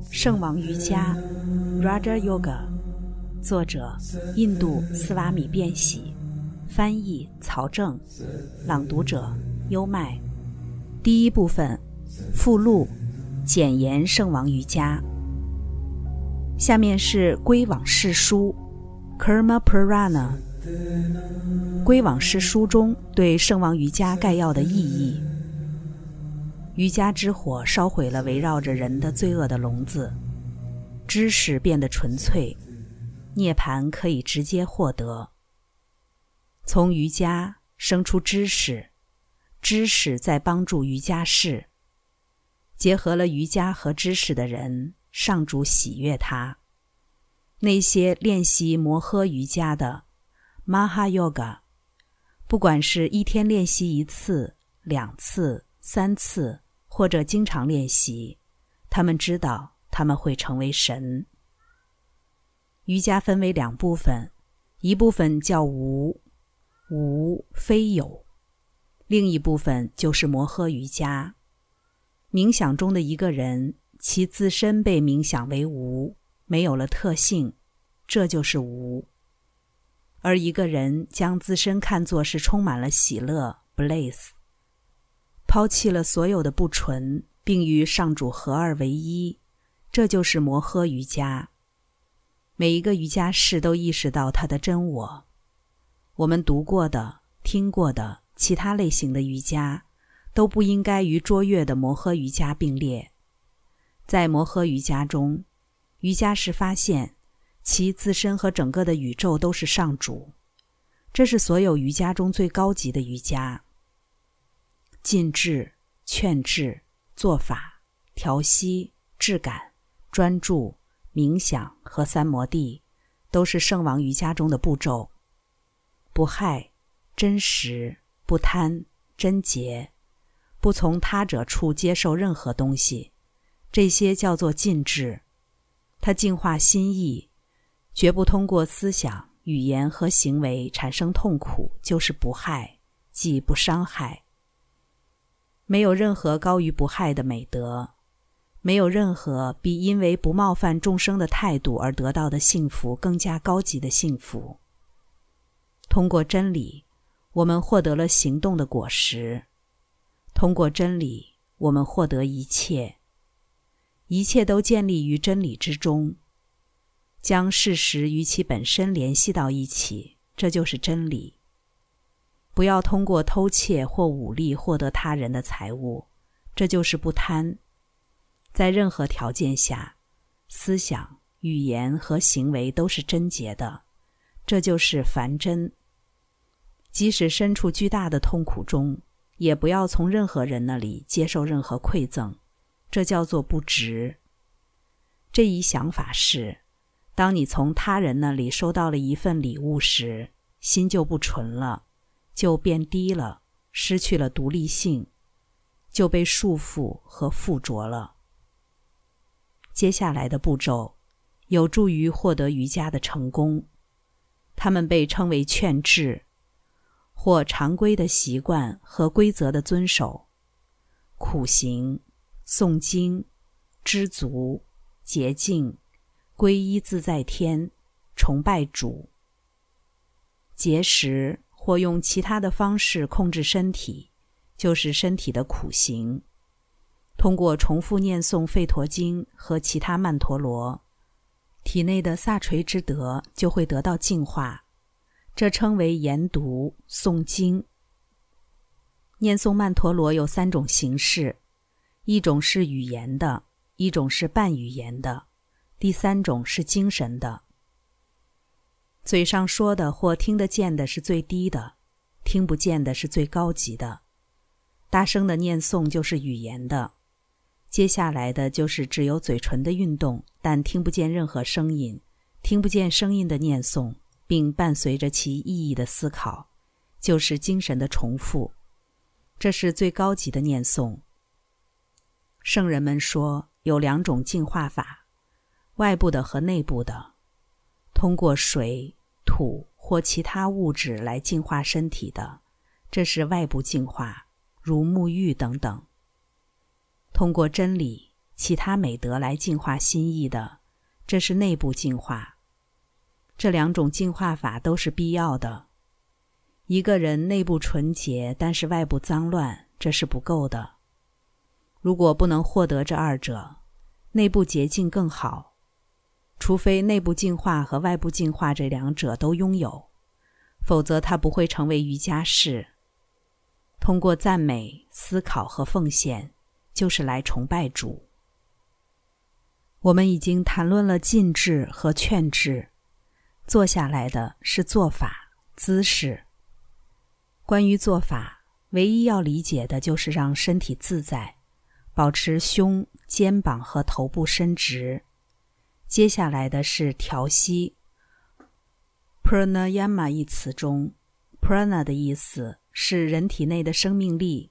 圣王瑜伽 Raja Yoga， 作者印度斯瓦米辩喜，翻译曹正，朗读者优麦。第一部分，附录，简言圣王瑜伽。下面是归往事书 Karma Purana， 归往事书中对圣王瑜伽概要的意义。瑜伽之火烧毁了围绕着人的罪恶的笼子，知识变得纯粹，涅槃可以直接获得。从瑜伽生出知识，知识在帮助瑜伽士。结合了瑜伽和知识的人，上主喜悦他。那些练习摩诃瑜伽的 Maha Yoga， 不管是一天练习1次、2次、3次，或者经常练习，他们知道他们会成为神。瑜伽分为2部分，一部分叫无非有，另一部分就是摩诃瑜伽。冥想中的一个人，其自身被冥想为无，没有了特性，这就是无。而一个人将自身看作是充满了喜乐 bliss， 抛弃了所有的不纯，并与上主合二为一，这就是摩诃瑜伽。每一个瑜伽士都意识到他的真我。我们读过的、听过的其他类型的瑜伽都不应该与卓越的摩诃瑜伽并列。在摩诃瑜伽中，瑜伽士发现其自身和整个的宇宙都是上主，这是所有瑜伽中最高级的瑜伽。禁制、劝制、做法、调息、质感、专注、冥想和三摩地都是圣王瑜伽中的步骤。不害、真实、不贪、贞洁，不从他者处接受任何东西，这些叫做禁制。它净化心意，绝不通过思想、语言和行为产生痛苦，就是不害，即不伤害。没有任何高于不害的美德，没有任何比因为不冒犯众生的态度而得到的幸福更加高级的幸福。通过真理，我们获得了行动的果实。通过真理，我们获得一切。一切都建立于真理之中。将事实与其本身联系到一起，这就是真理。不要通过偷窃或武力获得他人的财物，这就是不贪。在任何条件下，思想、语言和行为都是贞洁的，这就是梵真。即使身处巨大的痛苦中，也不要从任何人那里接受任何馈赠，这叫做不执。这一想法是，当你从他人那里收到了一份礼物时，心就不纯了，就变低了，失去了独立性，就被束缚和附着了。接下来的步骤有助于获得瑜伽的成功，它们被称为劝制，或常规的习惯和规则的遵守，苦行、诵经、知足、洁净、皈依自在天、崇拜主。节食或用其他的方式控制身体，就是身体的苦行。通过重复念诵吠陀经和其他曼陀罗，体内的萨垂之德就会得到净化，这称为研读、诵经。念诵曼陀罗有3种形式，一种是语言的，一种是半语言的，第3种是精神的。嘴上说的或听得见的是最低的，听不见的是最高级的。大声的念诵就是语言的，接下来的就是只有嘴唇的运动，但听不见任何声音，听不见声音的念诵，并伴随着其意义的思考，就是精神的重复。这是最高级的念诵。圣人们说有2种净化法，外部的和内部的。通过水、土或其他物质来净化身体的，这是外部净化，如沐浴等等。通过真理、 其他美德来净化心意的，这是内部净化。这两种净化法都是必要的。一个人内部纯洁，但是外部脏乱，这是不够的。如果不能获得这二者，内部洁净更好。除非内部净化和外部净化这两者都拥有，否则它不会成为瑜伽士。通过赞美、思考和奉献，就是来崇拜主。我们已经谈论了禁制和劝制，做下来的是做法、姿势。关于做法，唯一要理解的就是让身体自在，保持胸、肩膀和头部伸直。接下来的是调息。Pranayama 一词中 Prana 的意思是人体内的生命力，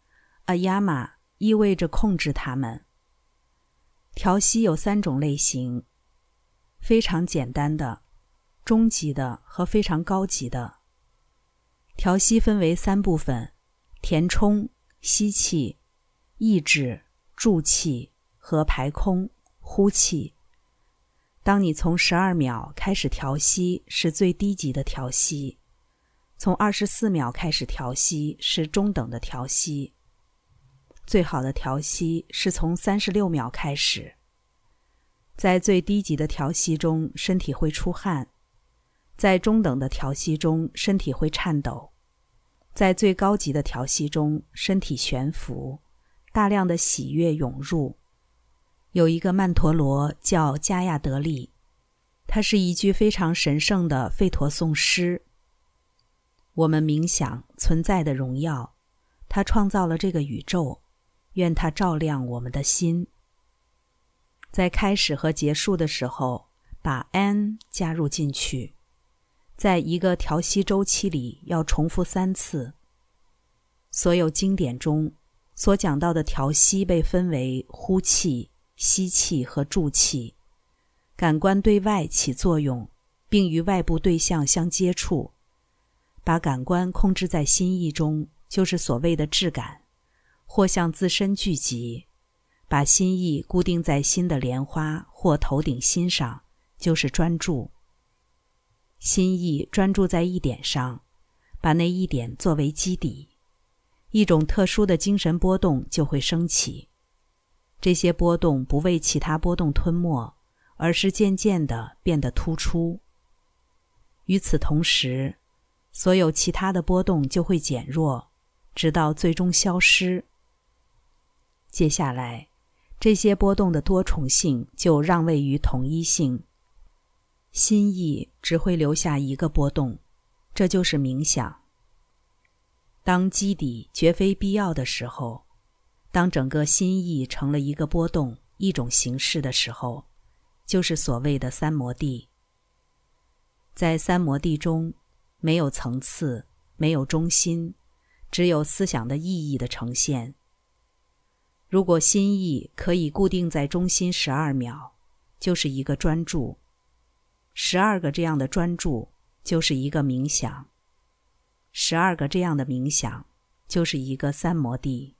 Ayama 意味着控制它们。调息有3种类型，非常简单的、中级的和非常高级的。调息分为3部分：填充、吸气、抑制、注气和排空、呼气。当你从12秒开始调息是最低级的调息，从24秒开始调息是中等的调息，最好的调息是从36秒开始。在最低级的调息中，身体会出汗；在中等的调息中，身体会颤抖；在最高级的调息中，身体悬浮，大量的喜悦涌入。有一个曼陀罗叫加亚德利，它是一句非常神圣的吠陀颂诗。我们冥想存在的荣耀，它创造了这个宇宙，愿它照亮我们的心。在开始和结束的时候，把 N 加入进去。在一个调息周期里要重复3次。所有经典中所讲到的调息被分为呼气、吸气和注气。感官对外起作用，并与外部对象相接触。把感官控制在心意中，就是所谓的质感，或向自身聚集。把心意固定在心的莲花或头顶心上，就是专注。心意专注在一点上，把那一点作为基底，一种特殊的精神波动就会升起。这些波动不为其他波动吞没，而是渐渐地变得突出。与此同时，所有其他的波动就会减弱，直到最终消失。接下来，这些波动的多重性就让位于统一性。心意只会留下一个波动，这就是冥想。当基底绝非必要的时候，当整个心意成了一个波动、一种形式的时候，就是所谓的三摩地。在三摩地中，没有层次，没有中心，只有思想的意义的呈现。如果心意可以固定在中心12秒，就是一个专注。12个这样的专注就是一个冥想。12个这样的冥想就是一个三摩地。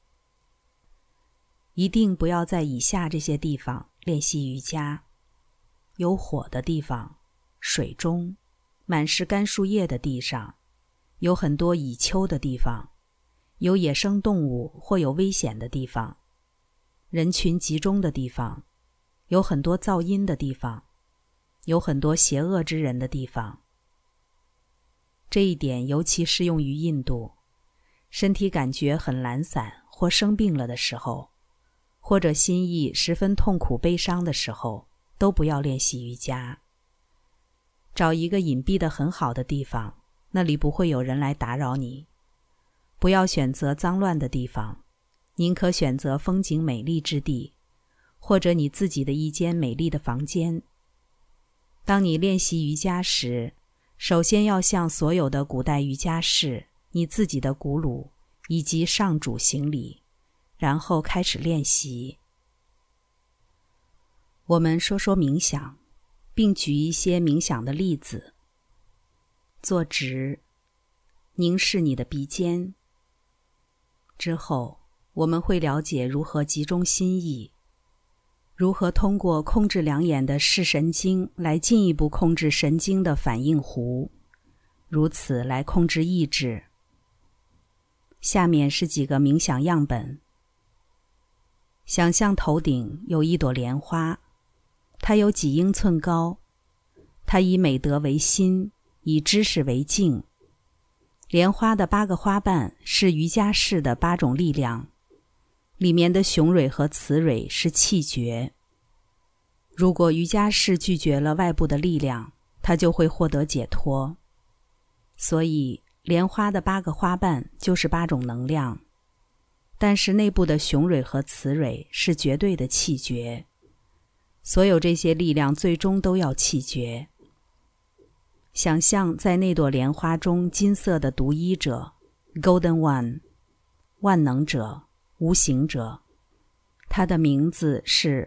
一定不要在以下这些地方练习瑜伽：有火的地方，水中，满是干树叶的地上，有很多蚁丘的地方，有野生动物或有危险的地方，人群集中的地方，有很多噪音的地方，有很多邪恶之人的地方。这一点尤其适用于印度。身体感觉很懒散或生病了的时候，或者心意十分痛苦悲伤的时候，都不要练习瑜伽。找一个隐蔽的很好的地方，那里不会有人来打扰你。不要选择脏乱的地方，宁可选择风景美丽之地，或者你自己的一间美丽的房间。当你练习瑜伽时，首先要向所有的古代瑜伽士、你自己的古鲁以及上主行礼，然后开始练习。我们说说冥想，并举一些冥想的例子。坐直，凝视你的鼻尖。之后，我们会了解如何集中心意， 如何通过控制两眼的视神经来进一步控制神经的反应弧，如此来控制意志。下面是几个冥想样本。想象头顶有一朵莲花，它有几英寸高，它以美德为心，以知识为镜。莲花的8个花瓣是瑜伽士的8种力量，里面的雄蕊和雌蕊是气诀。如果瑜伽士拒绝了外部的力量，他就会获得解脱。所以莲花的8个花瓣就是8种能量，但是内部的雄蕊和雌蕊是绝对的气诀。所有这些力量最终都要气绝。想象在那朵莲花中金色的独一者 Golden One， 万能者，无形者，他的名字是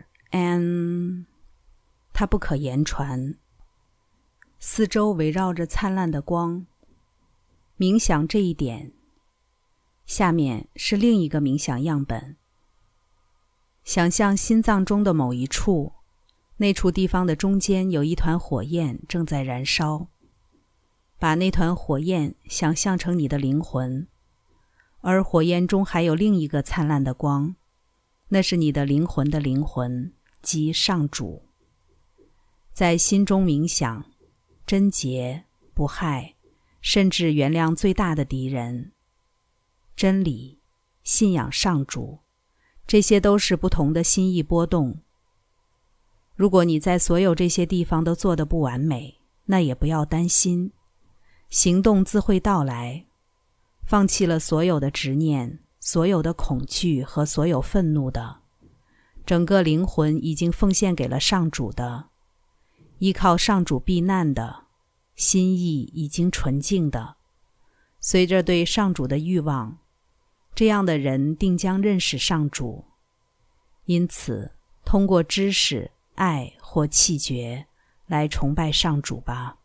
An， 他不可言传。四周围绕着灿烂的光，冥想这一点。下面是另一个冥想样本。想象心脏中的某一处，那处地方的中间有一团火焰正在燃烧，把那团火焰想象成你的灵魂，而火焰中还有另一个灿烂的光，那是你的灵魂的灵魂，即上主。在心中冥想，贞洁、不害，甚至原谅最大的敌人。真理、信仰上主，这些都是不同的心意波动。如果你在所有这些地方都做得不完美，那也不要担心，行动自会到来。放弃了所有的执念，所有的恐惧和所有愤怒的，整个灵魂已经奉献给了上主的，依靠上主避难的，心意已经纯净的，随着对上主的欲望，这样的人定将认识上主。因此，通过知识、爱或气绝来崇拜上主吧。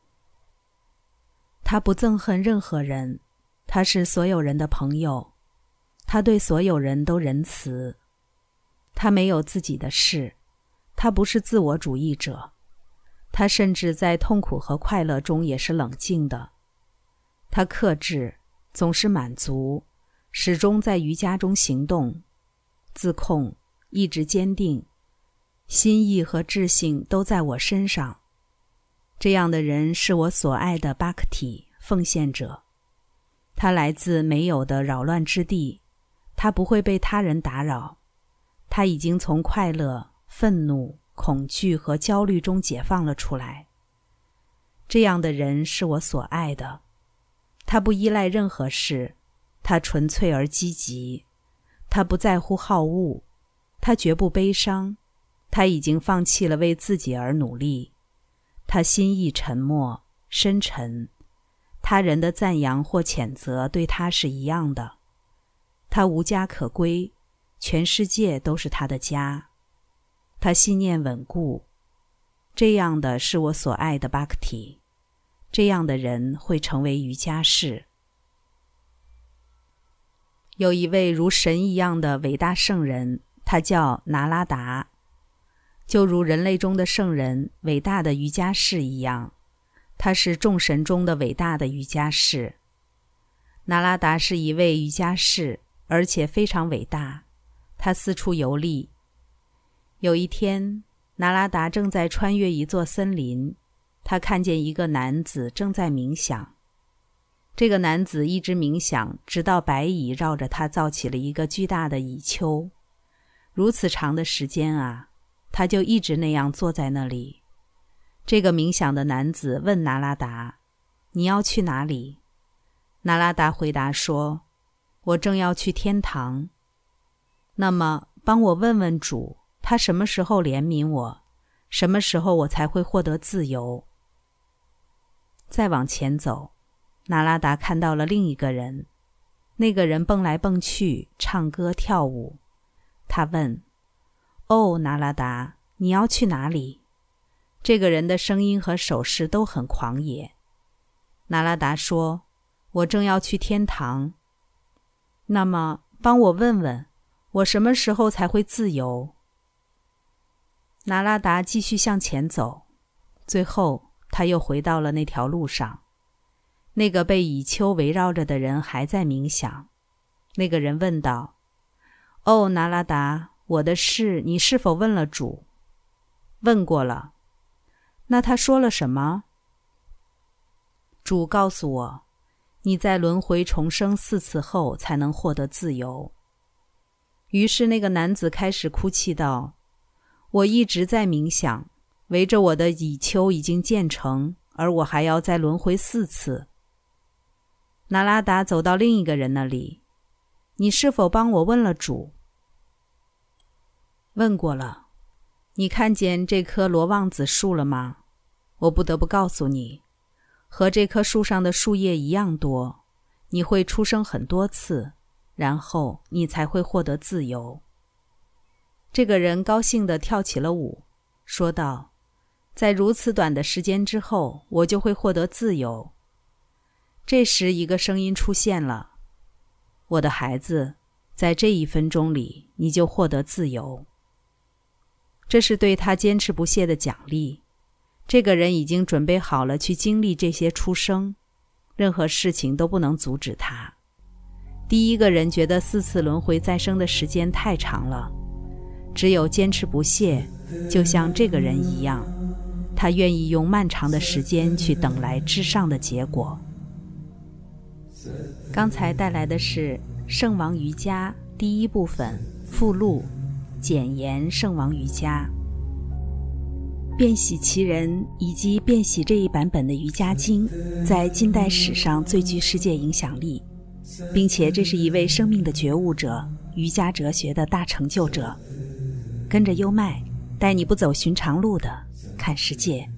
他不憎恨任何人，他是所有人的朋友，他对所有人都仁慈。他没有自己的事，他不是自我主义者，他甚至在痛苦和快乐中也是冷静的。他克制，总是满足，始终在瑜伽中行动，自控，意志坚定，心意和智性都在我身上。这样的人是我所爱的巴克体奉献者。他来自没有的扰乱之地，他不会被他人打扰。他已经从快乐、愤怒、恐惧和焦虑中解放了出来。这样的人是我所爱的。他不依赖任何事，他纯粹而积极。他不在乎好恶，他绝不悲伤。他已经放弃了为自己而努力。他心意沉默、深沉，他人的赞扬或谴责对他是一样的。他无家可归，全世界都是他的家。他信念稳固。这样的是我所爱的巴克体。这样的人会成为瑜伽士。有一位如神一样的伟大圣人，他叫那拉达。就如人类中的圣人、伟大的瑜伽士一样，他是众神中的伟大的瑜伽士。那拉达是一位瑜伽士，而且非常伟大。他四处游历。有一天，那拉达正在穿越一座森林，他看见一个男子正在冥想。这个男子一直冥想，直到白蚁绕着他造起了一个巨大的蚁丘。如此长的时间啊，他就一直那样坐在那里。这个冥想的男子问那拉达：“你要去哪里？”那拉达回答说：“我正要去天堂。”那么，帮我问问主，他什么时候怜悯我？什么时候我才会获得自由？再往前走，那拉达看到了另一个人。那个人蹦来蹦去，唱歌跳舞。他问：“哦，那拉达，你要去哪里？”这个人的声音和手势都很狂野。那拉达说：“我正要去天堂。”那么，帮我问问，我什么时候才会自由？ 那拉达继续向前走，最后他又回到了那条路上。那个被蚁丘围绕着的人还在冥想。那个人问道：哦，那拉达，我的事你是否问了主？问过了。那他说了什么？主告诉我，你在轮回重生4次后才能获得自由。于是那个男子开始哭泣道：我一直在冥想，围着我的蚁丘已经建成，而我还要再轮回4次。那拉达走到另一个人那里：你是否帮我问了主？问过了。你看见这棵罗望子树了吗？我不得不告诉你，和这棵树上的树叶一样多，你会出生很多次，然后你才会获得自由。这个人高兴地跳起了舞，说道：在如此短的时间之后，我就会获得自由。这时一个声音出现了：我的孩子，在这1分钟里，你就获得自由。这是对他坚持不懈的奖励。这个人已经准备好了去经历这些出生，任何事情都不能阻止他。第一个人觉得4次轮回再生的时间太长了，只有坚持不懈，就像这个人一样，他愿意用漫长的时间去等来至上的结果。刚才带来的是圣王瑜伽第1部分附录，简言圣王瑜伽。变喜其人以及变喜这一版本的瑜伽经在近代史上最具世界影响力，并且这是一位生命的觉悟者，瑜伽哲学的大成就者。跟着优麦，带你不走寻常路的看世界。